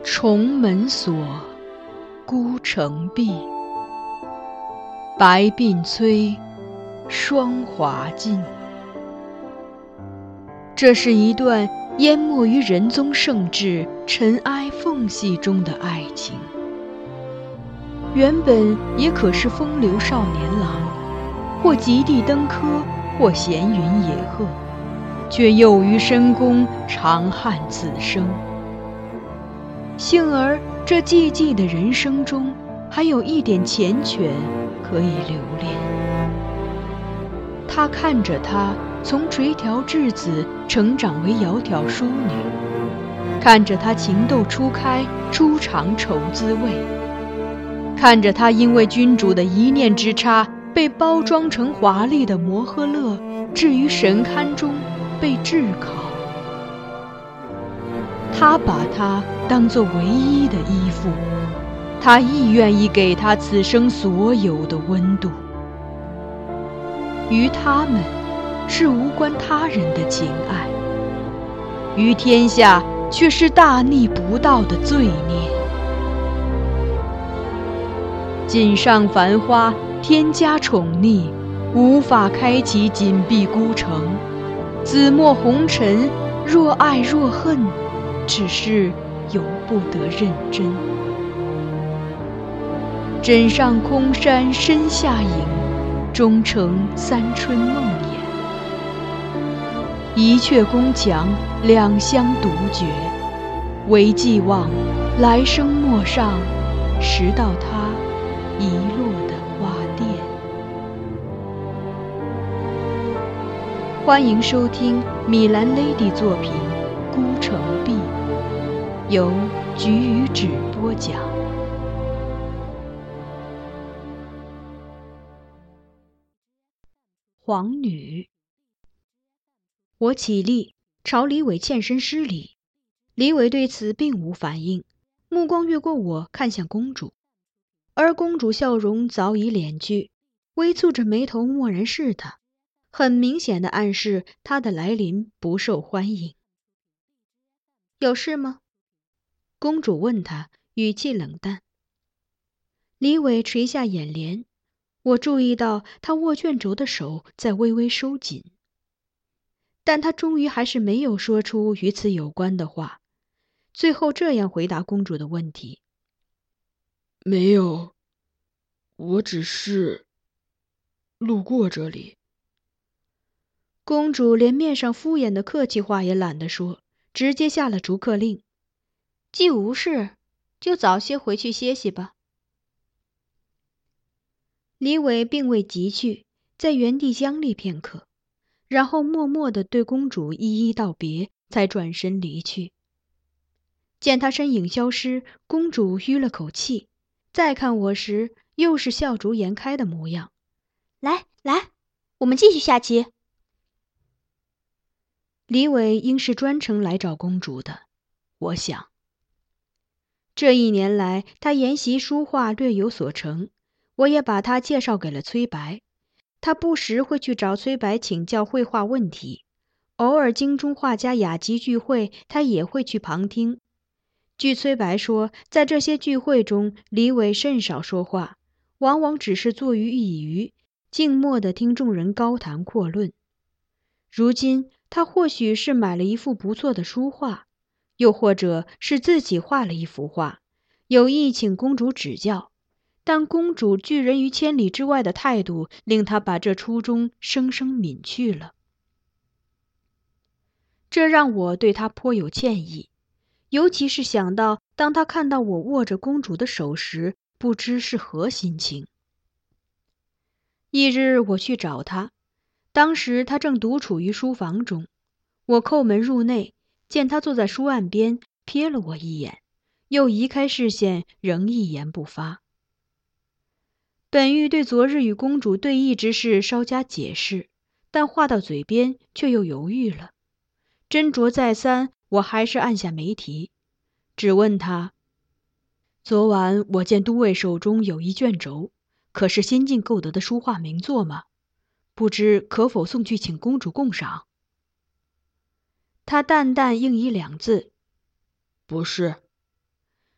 重门锁，孤城闭。白鬓催，霜华尽。这是一段淹没于仁宗圣治尘埃缝隙中的爱情。原本也可是风流少年郎，或极地登科，或闲云野鹤，却囿于深宫，长叹此生。幸而这寂寂的人生中，还有一点缱绻可以留恋。他看着她从垂髫稚子成长为窈窕淑女，看着她情窦初开，初尝愁滋味，看着她因为君主的一念之差，被包装成华丽的摩诃勒，置于神龛中被炙烤。他把她当作唯一的依附，他亦愿意给她此生所有的温度。于他们是无关他人的情爱，于天下却是大逆不道的罪孽。锦上繁花，天加宠溺，无法开启紧闭孤城。紫陌红尘，若爱若恨，只是由不得认真。枕上空山深下影，终成三春梦魇。一阙宫墙，两相独绝，唯寄望来生陌上拾到他遗落的花钿。欢迎收听米兰 Lady 作品《孤城闭》，由菊与纸播讲。皇女。我起立，朝李伟欠身施礼。李伟对此并无反应，目光越过我看向公主，而公主笑容早已敛去，微蹙着眉头默然视他，很明显的暗示他的来临不受欢迎。有事吗？公主问他，语气冷淡。李伟垂下眼帘，我注意到他握卷轴的手在微微收紧，但他终于还是没有说出与此有关的话，最后这样回答公主的问题： 没有，我只是路过这里。 公主连面上敷衍的客气话也懒得说，直接下了逐客令：既无事，就早些回去歇息吧。李伟并未急去，在原地僵立片刻，然后默默地对公主一一道别，才转身离去。见他身影消失，公主吁了口气，再看我时又是笑逐颜开的模样。来，我们继续下棋。李伟应是专程来找公主的，我想。这一年来，他研习书画略有所成，我也把他介绍给了崔白。他不时会去找崔白请教绘画问题，偶尔京中画家雅集聚会，他也会去旁听。据崔白说，在这些聚会中，李伟甚少说话，往往只是坐于一隅，静默地听众人高谈阔论。如今他或许是买了一幅不错的书画，又或者是自己画了一幅画，有意请公主指教，但公主拒人于千里之外的态度，令他把这初衷生生泯去了。这让我对他颇有歉意，尤其是想到当他看到我握着公主的手时，不知是何心情。翌日我去找他，当时他正独处于书房中，我叩门入内，见他坐在书案边，瞥了我一眼，又移开视线，仍一言不发。本欲对昨日与公主对弈之事稍加解释，但话到嘴边却又犹豫了。斟酌再三，我还是按下没提，只问他：昨晚我见都尉手中有一卷轴，可是新近购得的书画名作吗？不知可否送去请公主共赏？他淡淡应以两字：不是。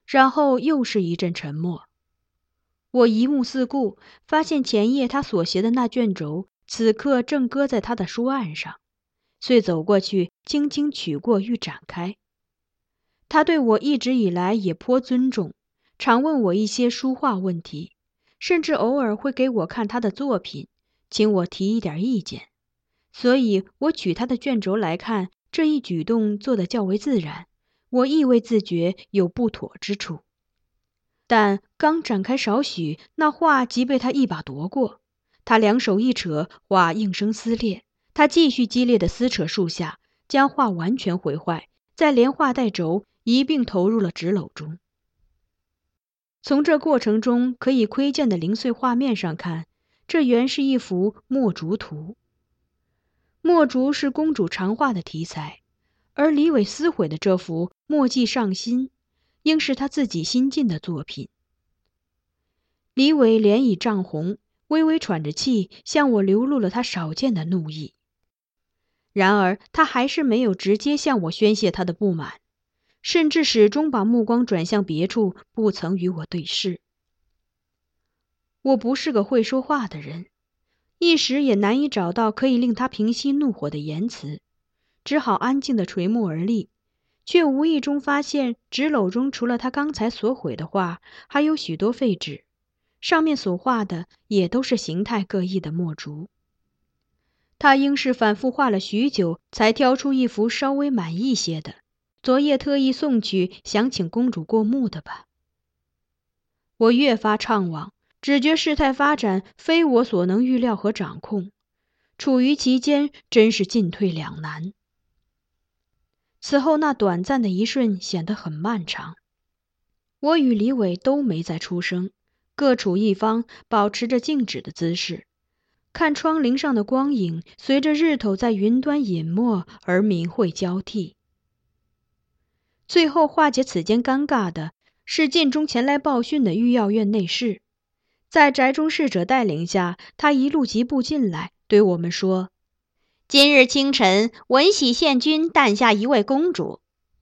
然后又是一阵沉默。我一目四顾，发现前夜他所携的那卷轴此刻正搁在他的书案上，遂走过去轻轻取过欲展开。他对我一直以来也颇尊重，常问我一些书画问题，甚至偶尔会给我看他的作品，请我提一点意见。所以我取他的卷轴来看，这一举动做得较为自然，我亦未自觉有不妥之处。但刚展开少许，那画即被他一把夺过，他两手一扯，画应声撕裂。他继续激烈地撕扯数下，将画完全毁坏，再连画带轴一并投入了纸篓中。从这过程中可以窥见的零碎画面上看，这原是一幅墨竹图。墨竹是公主常画的题材，而李伟撕毁的这幅墨迹上心，应是他自己新进的作品。李伟脸已涨红，微微喘着气，向我流露了他少见的怒意。然而他还是没有直接向我宣泄他的不满，甚至始终把目光转向别处，不曾与我对视。我不是个会说话的人，一时也难以找到可以令他平息怒火的言辞，只好安静地垂目而立，却无意中发现纸篓中除了他刚才所毁的画，还有许多废纸，上面所画的也都是形态各异的墨竹。他应是反复画了许久，才挑出一幅稍微满意些的，昨夜特意送去，想请公主过目的吧。我越发怅惘，只觉事态发展非我所能预料和掌控，处于其间真是进退两难。此后那短暂的一瞬显得很漫长，我与李伟都没再出声，各处一方，保持着静止的姿势，看窗棂上的光影随着日头在云端隐没而明晦交替。最后化解此间尴尬的是晋中前来报讯的御药院内侍，在宅中侍者带领下，他一路疾步进来，对我们说：今日清晨，闻喜县君诞下一位公主。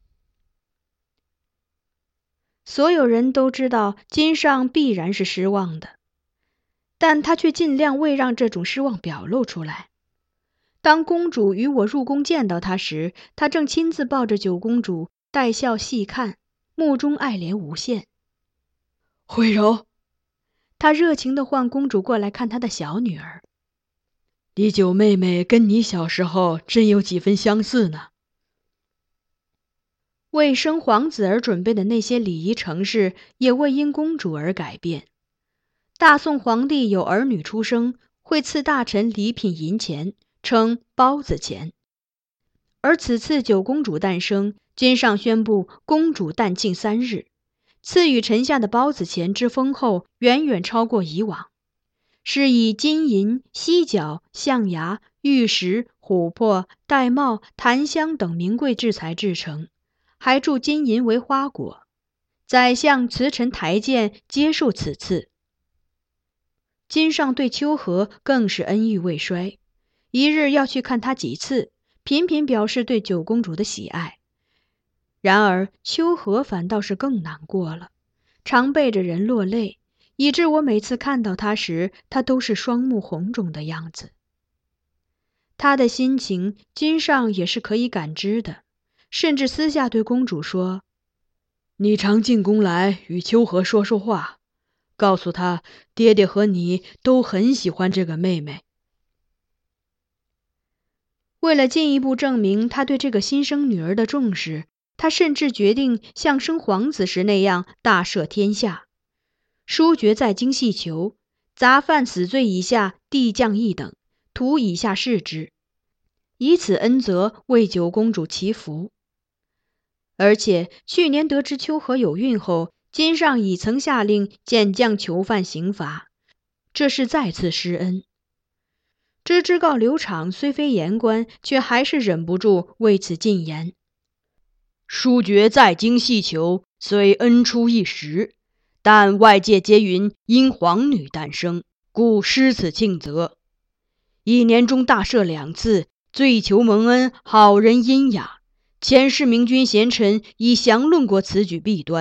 所有人都知道金上必然是失望的，但他却尽量未让这种失望表露出来。当公主与我入宫见到他时，他正亲自抱着九公主带笑细看，目中爱怜无限。 慧柔， 他热情地唤公主过来看他的小女儿。 李九妹妹跟你小时候真有几分相似呢。 为生皇子而准备的那些礼仪程式，也未因公主而改变。大宋皇帝有儿女出生，会赐大臣礼品银钱，称包子钱。而此次九公主诞生，金上宣布公主诞庆3日，赐予臣下的包子钱之丰厚，远远超过以往，是以金银、犀角、象牙、玉石、琥珀、玳瑁、檀香等名贵制材制成，还铸金银为花果。宰相、辞臣、台谏皆受此赐。金上对秋荷更是恩遇未衰，一日要去看他几次，频频表示对九公主的喜爱。然而秋荷反倒是更难过了，常背着人落泪，以致我每次看到他时，他都是双目红肿的样子。他的心情金上也是可以感知的，甚至私下对公主说： 你常进宫来与秋荷说说话，告诉他爹爹和你都很喜欢这个妹妹。 为了进一步证明他对这个新生女儿的重视，他甚至决定像生皇子时那样大赦天下，书爵在京细囚，杂犯死罪以下递降一等，图以下视之，以此恩泽为九公主祈福。而且去年得知秋荷有孕后，金上已曾下令减降囚犯刑罚，这是再次施恩。知告刘昶虽非言官，却还是忍不住为此进言： 书爵在京细囚，虽恩出一时，但外界皆云因皇女诞生，故施此庆泽。1年中大赦2次，罪囚蒙恩，好人殷雅。前世明君贤臣已详论过此举弊端，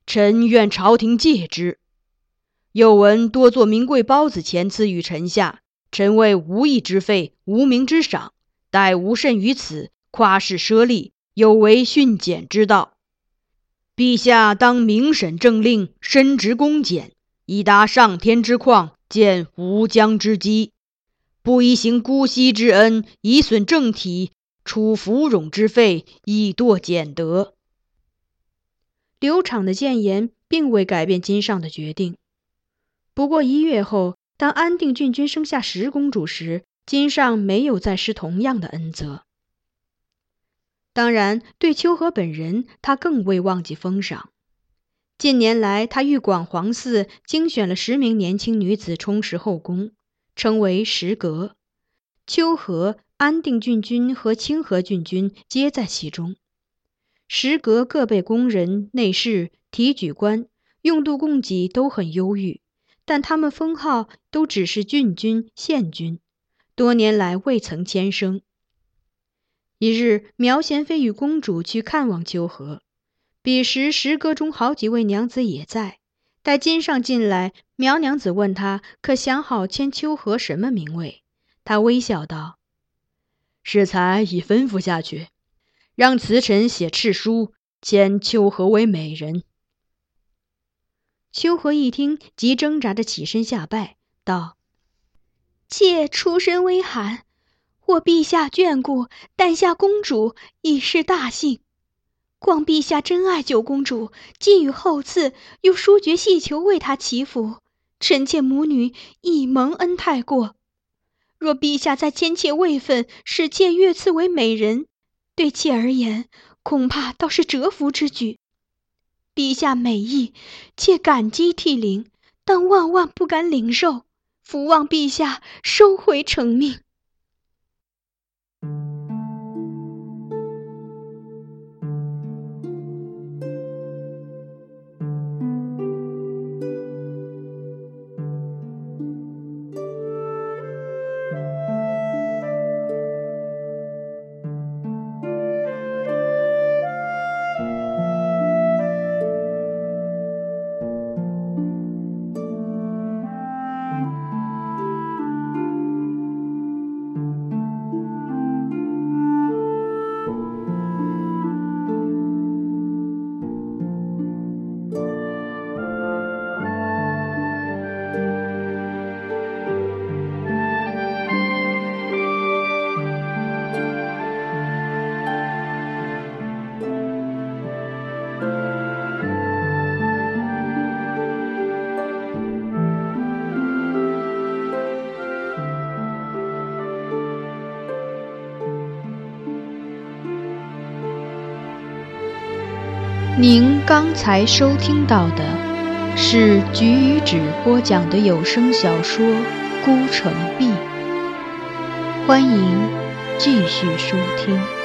臣愿朝廷戒之。又闻多做名贵褒子钱赐予臣下，臣为无义之费，无名之赏，待无甚于此，夸饰奢利，有违训检之道。陛下当明审政令，深职公检，以达上天之旷，见无疆之机，不宜行姑息之恩，以损政体，处腐冗之费，以堕俭德。 刘昶的谏言并未改变金上的决定。不过1月后，当安定郡君生下10公主时，金上没有再施同样的恩泽。当然，对秋荷本人，他更未忘记封赏。近年来，他御广皇寺精选了10名年轻女子充实后宫，称为10阁。秋荷、安定郡君和清河郡君皆在其中。10阁各备宫人、内侍、提举官，用度供给都很优裕，但他们封号都只是郡君、县君，多年来未曾迁升。一日，苗贤妃与公主去看望秋荷，彼时10阁中好几位娘子也在。待金上进来，苗娘子问他可想好迁秋荷什么名位，他微笑道：“ 适才已吩咐下去，让慈臣写敕书，迁秋荷为美人。” 秋荷一听，即挣扎着起身下拜，道：“妾出身微寒，我陛下眷顾，诞下公主已是大幸。况陛下真爱9公主，寄予厚赐，又殊觉细求为她祈福，臣妾母女亦蒙恩太过。若陛下再迁妾位分，使妾越赐为美人，对妾而言，恐怕倒是折服之举。陛下美意，妾感激涕零，但万万不敢领受，伏望陛下收回成命。”您刚才收听到的是菊与纸播讲的有声小说《孤城闭》，欢迎继续收听。